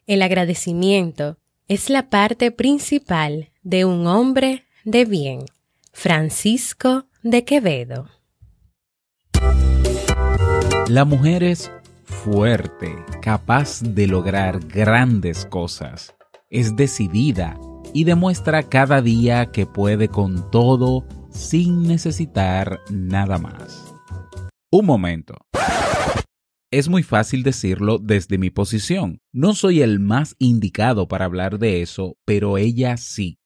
El agradecimiento es la parte principal de un hombre de bien. Francisco de Quevedo. La mujer es fuerte, capaz de lograr grandes cosas. Es decidida y demuestra cada día que puede con todo sin necesitar nada más. Un momento. Es muy fácil decirlo desde mi posición. No soy el más indicado para hablar de eso, pero ella sí.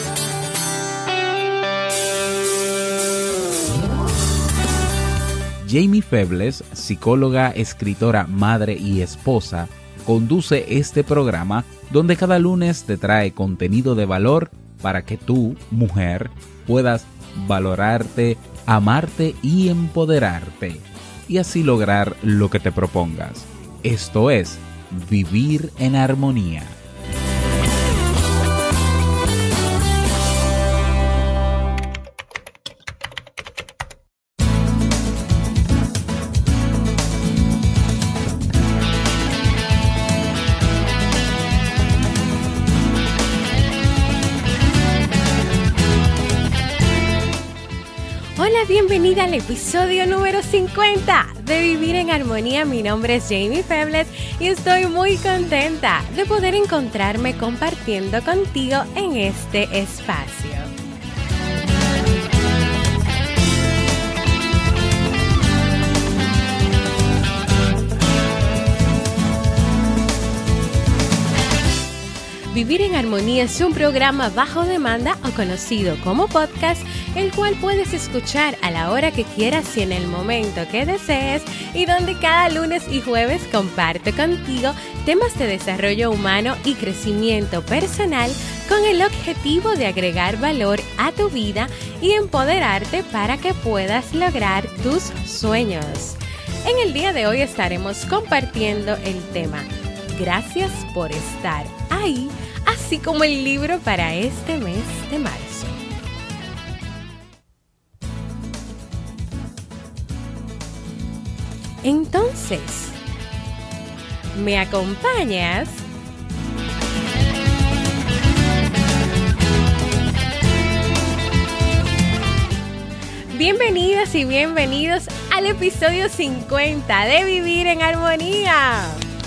Jamie Febles, psicóloga, escritora, madre y esposa, conduce este programa donde cada lunes te trae contenido de valor para que tú, mujer, puedas valorarte, amarte y empoderarte, y así lograr lo que te propongas. Esto es Vivir en Armonía. Hola, bienvenida al episodio número 50 de Vivir en Armonía. Mi nombre es Jamie Febles y estoy muy contenta de poder encontrarme compartiendo contigo en este espacio. Vivir en Armonía es un programa bajo demanda o conocido como podcast, el cual puedes escuchar a la hora que quieras y en el momento que desees, y donde cada lunes y jueves comparto contigo temas de desarrollo humano y crecimiento personal con el objetivo de agregar valor a tu vida y empoderarte para que puedas lograr tus sueños. En el día de hoy estaremos compartiendo el tema Gracias por estar ahí, así como el libro para este mes de marzo. Entonces, ¿me acompañas? Bienvenidas y bienvenidos al episodio 50 de Vivir en Armonía.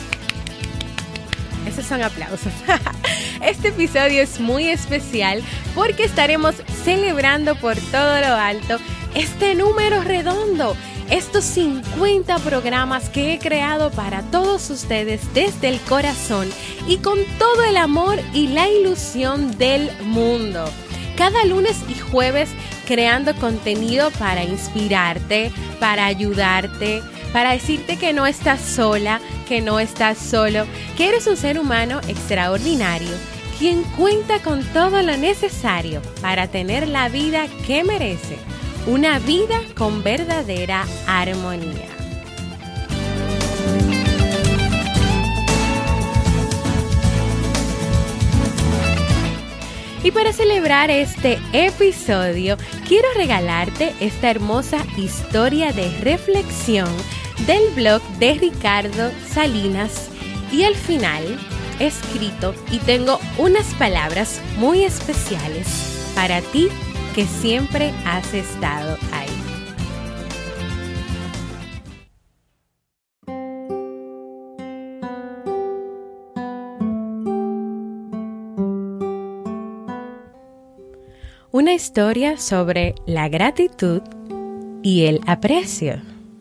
Esos son aplausos. Este episodio es muy especial porque estaremos celebrando por todo lo alto este número redondo, estos 50 programas que he creado para todos ustedes desde el corazón y con todo el amor y la ilusión del mundo. Cada lunes y jueves creando contenido para inspirarte, para ayudarte, para decirte que no estás sola, que no estás solo, que eres un ser humano extraordinario, quien cuenta con todo lo necesario para tener la vida que merece, una vida con verdadera armonía. Y para celebrar este episodio, quiero regalarte esta hermosa historia de reflexión del blog de Ricardo Salinas, y al final he escrito y tengo unas palabras muy especiales para ti que siempre has estado ahí. Una historia sobre la gratitud y el aprecio.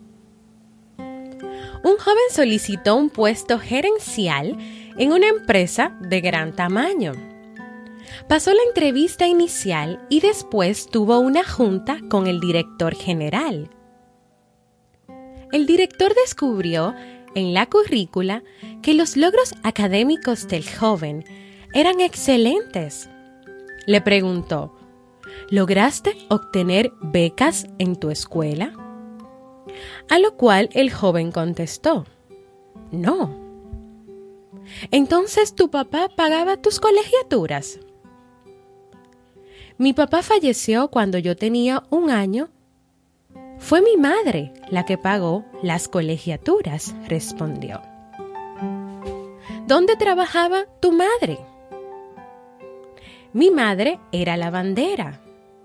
Un joven solicitó un puesto gerencial en una empresa de gran tamaño. Pasó la entrevista inicial y después tuvo una junta con el director general. El director descubrió en la currícula que los logros académicos del joven eran excelentes. Le preguntó: ¿lograste obtener becas en tu escuela? A lo cual el joven contestó: no. ¿Entonces tu papá pagaba tus colegiaturas? Mi papá falleció cuando yo tenía 1 año. Fue mi madre la que pagó las colegiaturas, respondió. ¿Dónde trabajaba tu madre? Mi madre era lavandera.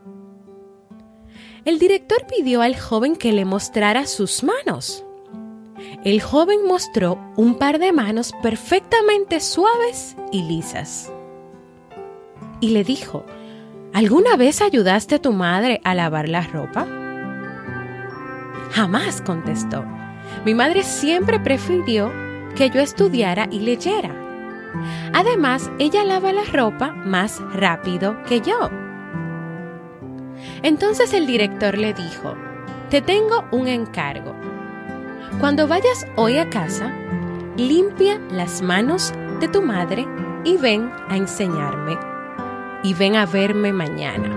El director pidió al joven que le mostrara sus manos. El joven mostró un par de manos perfectamente suaves y lisas. Y le dijo, ¿alguna vez ayudaste a tu madre a lavar la ropa? Jamás, contestó. Mi madre siempre prefirió que yo estudiara y leyera. Además, ella lava la ropa más rápido que yo. Entonces el director le dijo, te tengo un encargo. Cuando vayas hoy a casa, limpia las manos de tu madre y ven a enseñarme. Y ven a verme mañana.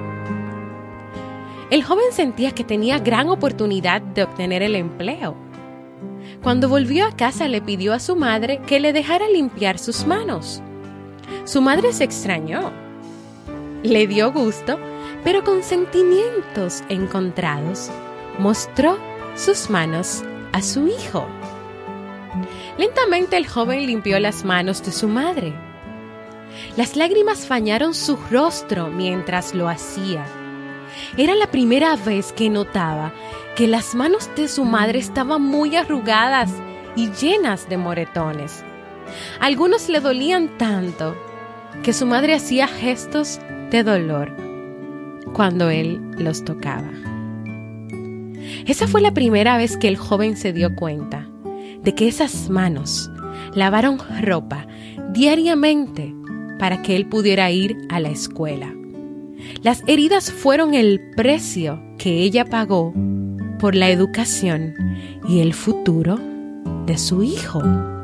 El joven sentía que tenía gran oportunidad de obtener el empleo. Cuando volvió a casa le pidió a su madre que le dejara limpiar sus manos. Su madre se extrañó. Le dio gusto, pero con sentimientos encontrados, mostró sus manos a su hijo. Lentamente el joven limpió las manos de su madre. Las lágrimas bañaron su rostro mientras lo hacía. Era la primera vez que notaba que las manos de su madre estaban muy arrugadas y llenas de moretones. Algunos le dolían tanto que su madre hacía gestos de dolor cuando él los tocaba. Esa fue la primera vez que el joven se dio cuenta de que esas manos lavaron ropa diariamente para que él pudiera ir a la escuela. Las heridas fueron el precio que ella pagó por la educación y el futuro de su hijo.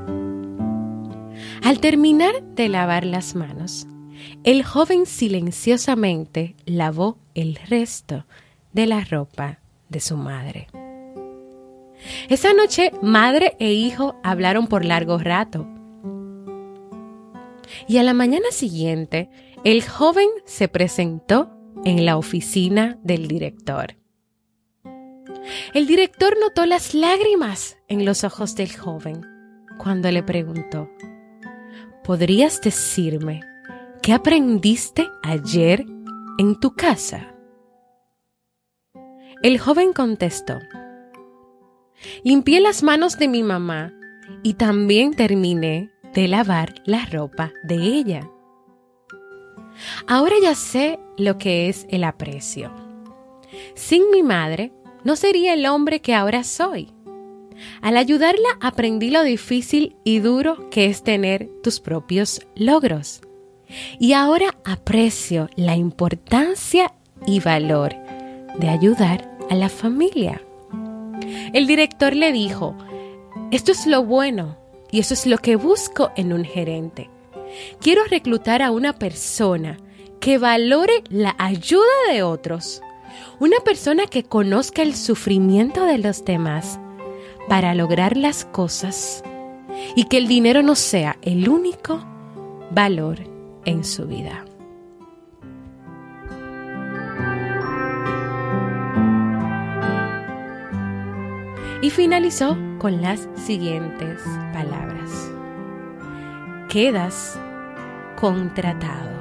Al terminar de lavar las manos, el joven silenciosamente lavó el resto de la ropa de su madre. Esa noche, madre e hijo hablaron por largo rato. Y a la mañana siguiente, el joven se presentó en la oficina del director. El director notó las lágrimas en los ojos del joven cuando le preguntó, ¿podrías decirme qué aprendiste ayer en tu casa? El joven contestó, limpié las manos de mi mamá y también terminé de lavar la ropa de ella. Ahora ya sé lo que es el aprecio. Sin mi madre, no sería el hombre que ahora soy. Al ayudarla aprendí lo difícil y duro que es tener tus propios logros. Y ahora aprecio la importancia y valor de ayudar a la familia. El director le dijo, esto es lo bueno y eso es lo que busco en un gerente. Quiero reclutar a una persona que valore la ayuda de otros, una persona que conozca el sufrimiento de los demás para lograr las cosas y que el dinero no sea el único valor en su vida. Y finalizó con las siguientes palabras. Quedas contratado.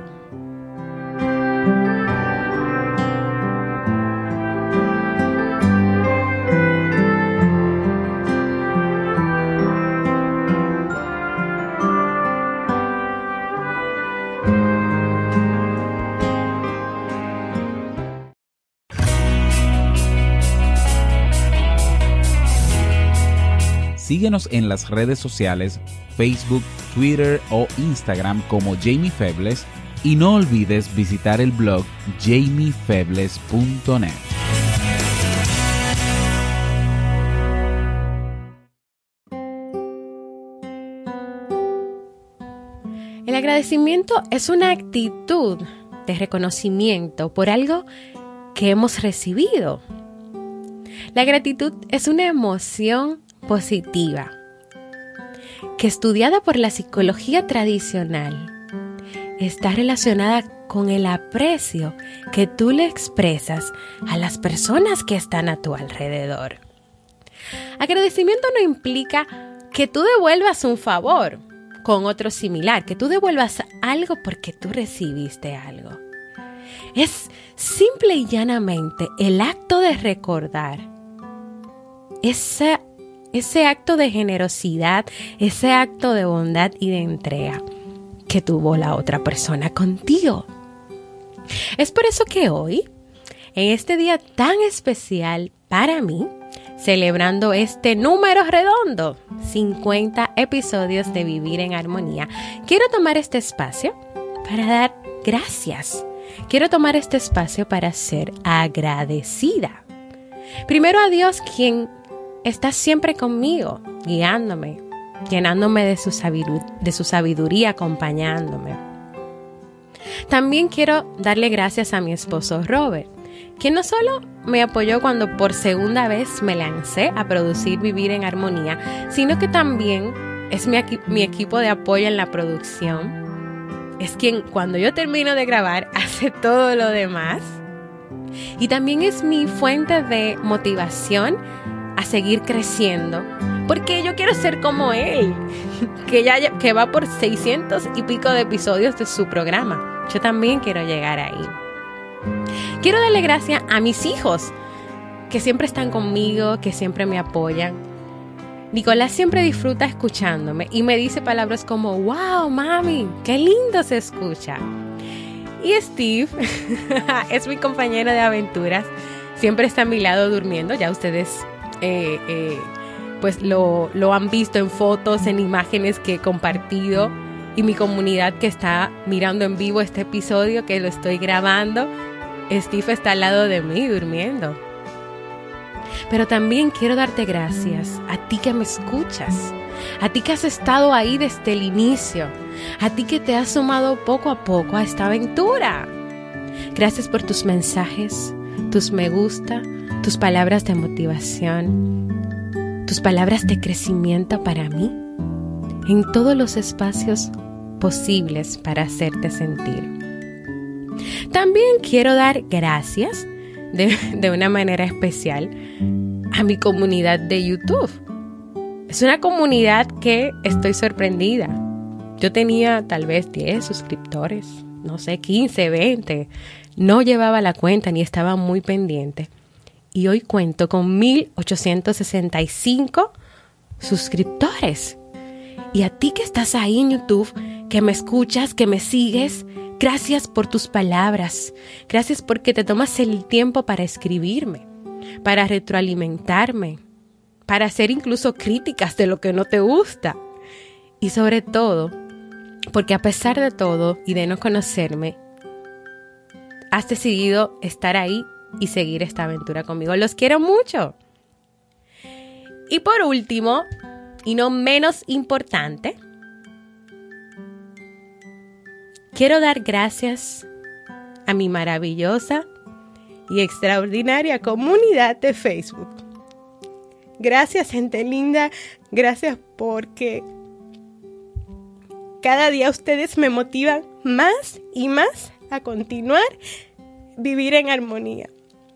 Síguenos en las redes sociales, Facebook, Twitter o Instagram como Jamie Febles y no olvides visitar el blog jamiefebles.net. El agradecimiento es una actitud de reconocimiento por algo que hemos recibido. La gratitud es una emoción positiva que, estudiada por la psicología tradicional, está relacionada con el aprecio que tú le expresas a las personas que están a tu alrededor. Agradecimiento no implica que tú devuelvas un favor, con otro similar, que tú devuelvas algo porque tú recibiste algo. Es simple y llanamente el acto de recordar ese acto de generosidad, ese acto de bondad y de entrega que tuvo la otra persona contigo. Es por eso que hoy, en este día tan especial para mí, celebrando este número redondo, 50 episodios de Vivir en Armonía, quiero tomar este espacio para dar gracias. Quiero tomar este espacio para ser agradecida. Primero a Dios, quien está siempre conmigo, guiándome, llenándome de su sabiduría, acompañándome. También quiero darle gracias a mi esposo Robert, quien no solo me apoyó cuando por segunda vez me lancé a producir Vivir en Armonía, sino que también es mi equipo de apoyo en la producción. Es quien cuando yo termino de grabar hace todo lo demás. Y también es mi fuente de motivación a seguir creciendo, porque yo quiero ser como él, que va por 600 y pico de episodios de su programa. Yo también quiero llegar ahí. Quiero darle gracias a mis hijos, que siempre están conmigo, que siempre me apoyan. Nicolás siempre disfruta escuchándome y me dice palabras como, wow, mami, qué lindo se escucha. Y Steve es mi compañero de aventuras, siempre está a mi lado durmiendo, ya ustedes pues lo han visto en fotos, en imágenes que he compartido, y mi comunidad que está mirando en vivo este episodio que lo estoy grabando, Steve está al lado de mí durmiendo. Pero también quiero darte gracias a ti que me escuchas, a ti que has estado ahí desde el inicio, a ti que te has sumado poco a poco a esta aventura. Gracias por tus mensajes, tus me gusta, tus palabras de motivación, tus palabras de crecimiento para mí, en todos los espacios posibles para hacerte sentir. También quiero dar gracias de una manera especial a mi comunidad de YouTube. Es una comunidad que estoy sorprendida. Yo tenía tal vez 10 suscriptores, no sé, 15, 20. No llevaba la cuenta ni estaba muy pendiente. Y hoy cuento con 1,865 suscriptores. Y a ti que estás ahí en YouTube, que me escuchas, que me sigues, gracias por tus palabras. Gracias porque te tomas el tiempo para escribirme, para retroalimentarme, para hacer incluso críticas de lo que no te gusta. Y sobre todo, porque a pesar de todo y de no conocerme, has decidido estar ahí y seguir esta aventura conmigo. Los quiero mucho. Y por último, y no menos importante, quiero dar gracias a mi maravillosa y extraordinaria comunidad de Facebook. Gracias, gente linda. Gracias porque cada día ustedes me motivan más y más a continuar vivir en armonía.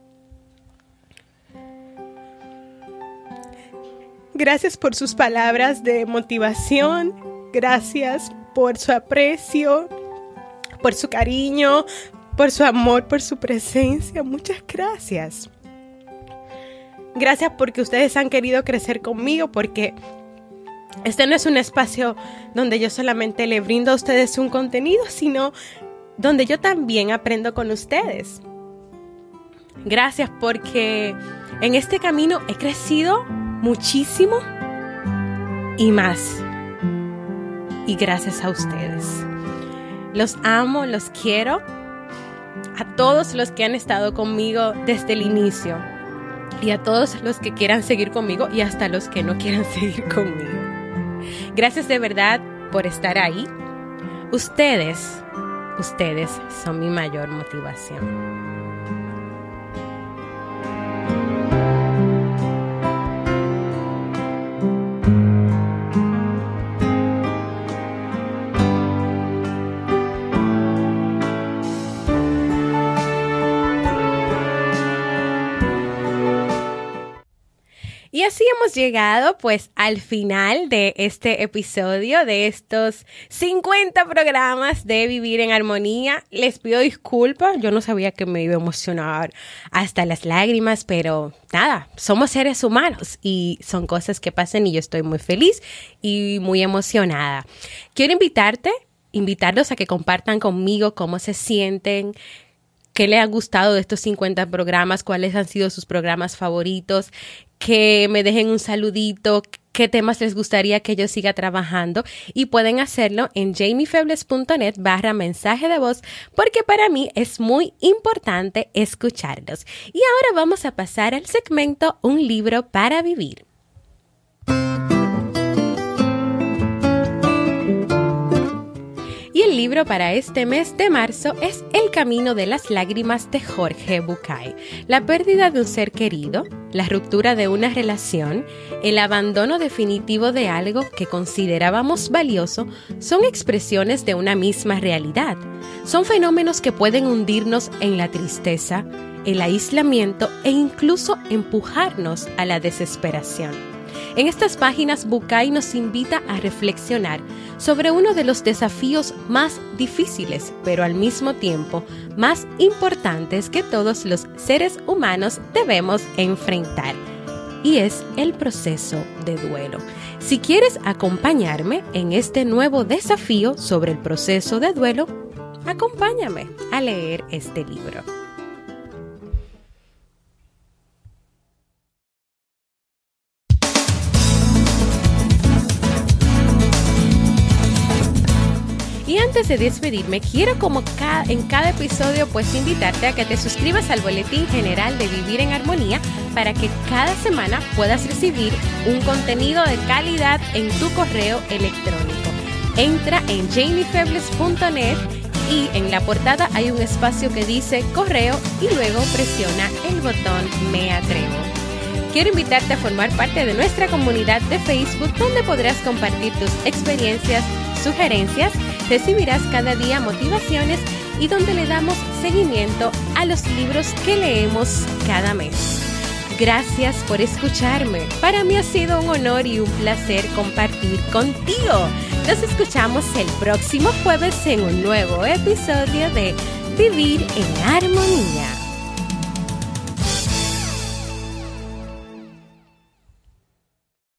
Gracias por sus palabras de motivación. Gracias por su aprecio, por su cariño, por su amor, por su presencia. Muchas gracias. Gracias porque ustedes han querido crecer conmigo, porque este no es un espacio donde yo solamente le brindo a ustedes un contenido, sino donde yo también aprendo con ustedes. Gracias porque en este camino he crecido muchísimo y más. Y gracias a ustedes. Los amo, los quiero. A todos los que han estado conmigo desde el inicio. Y a todos los que quieran seguir conmigo y hasta los que no quieran seguir conmigo. Gracias de verdad por estar ahí. Ustedes son mi mayor motivación. Y Y así hemos llegado pues al final de este episodio, de estos 50 programas de Vivir en Armonía. Les pido disculpas, yo no sabía que me iba a emocionar hasta las lágrimas, pero nada, somos seres humanos y son cosas que pasan y yo estoy muy feliz y muy emocionada. Quiero invitarlos a que compartan conmigo cómo se sienten, qué les ha gustado de estos 50 programas, cuáles han sido sus programas favoritos, que me dejen un saludito, qué temas les gustaría que yo siga trabajando y pueden hacerlo en jamiefebles.net/mensaje de voz porque para mí es muy importante escucharlos. Y ahora vamos a pasar al segmento Un libro para vivir. Y el libro para este mes de marzo es El camino de las lágrimas de Jorge Bucay. La pérdida de un ser querido, la ruptura de una relación, el abandono definitivo de algo que considerábamos valioso son expresiones de una misma realidad. Son fenómenos que pueden hundirnos en la tristeza, el aislamiento e incluso empujarnos a la desesperación. En estas páginas, Bucay nos invita a reflexionar sobre uno de los desafíos más difíciles, pero al mismo tiempo más importantes que todos los seres humanos debemos enfrentar, y es el proceso de duelo. Si quieres acompañarme en este nuevo desafío sobre el proceso de duelo, acompáñame a leer este libro. Y antes de despedirme, quiero como en cada episodio pues invitarte a que te suscribas al boletín general de Vivir en Armonía para que cada semana puedas recibir un contenido de calidad en tu correo electrónico. Entra en jamiefebles.net y en la portada hay un espacio que dice correo y luego presiona el botón Me Atrevo. Quiero invitarte a formar parte de nuestra comunidad de Facebook donde podrás compartir tus experiencias, sugerencias, recibirás cada día motivaciones y donde le damos seguimiento a los libros que leemos cada mes. Gracias por escucharme. Para mí ha sido un honor y un placer compartir contigo. Nos escuchamos el próximo jueves en un nuevo episodio de Vivir en Armonía.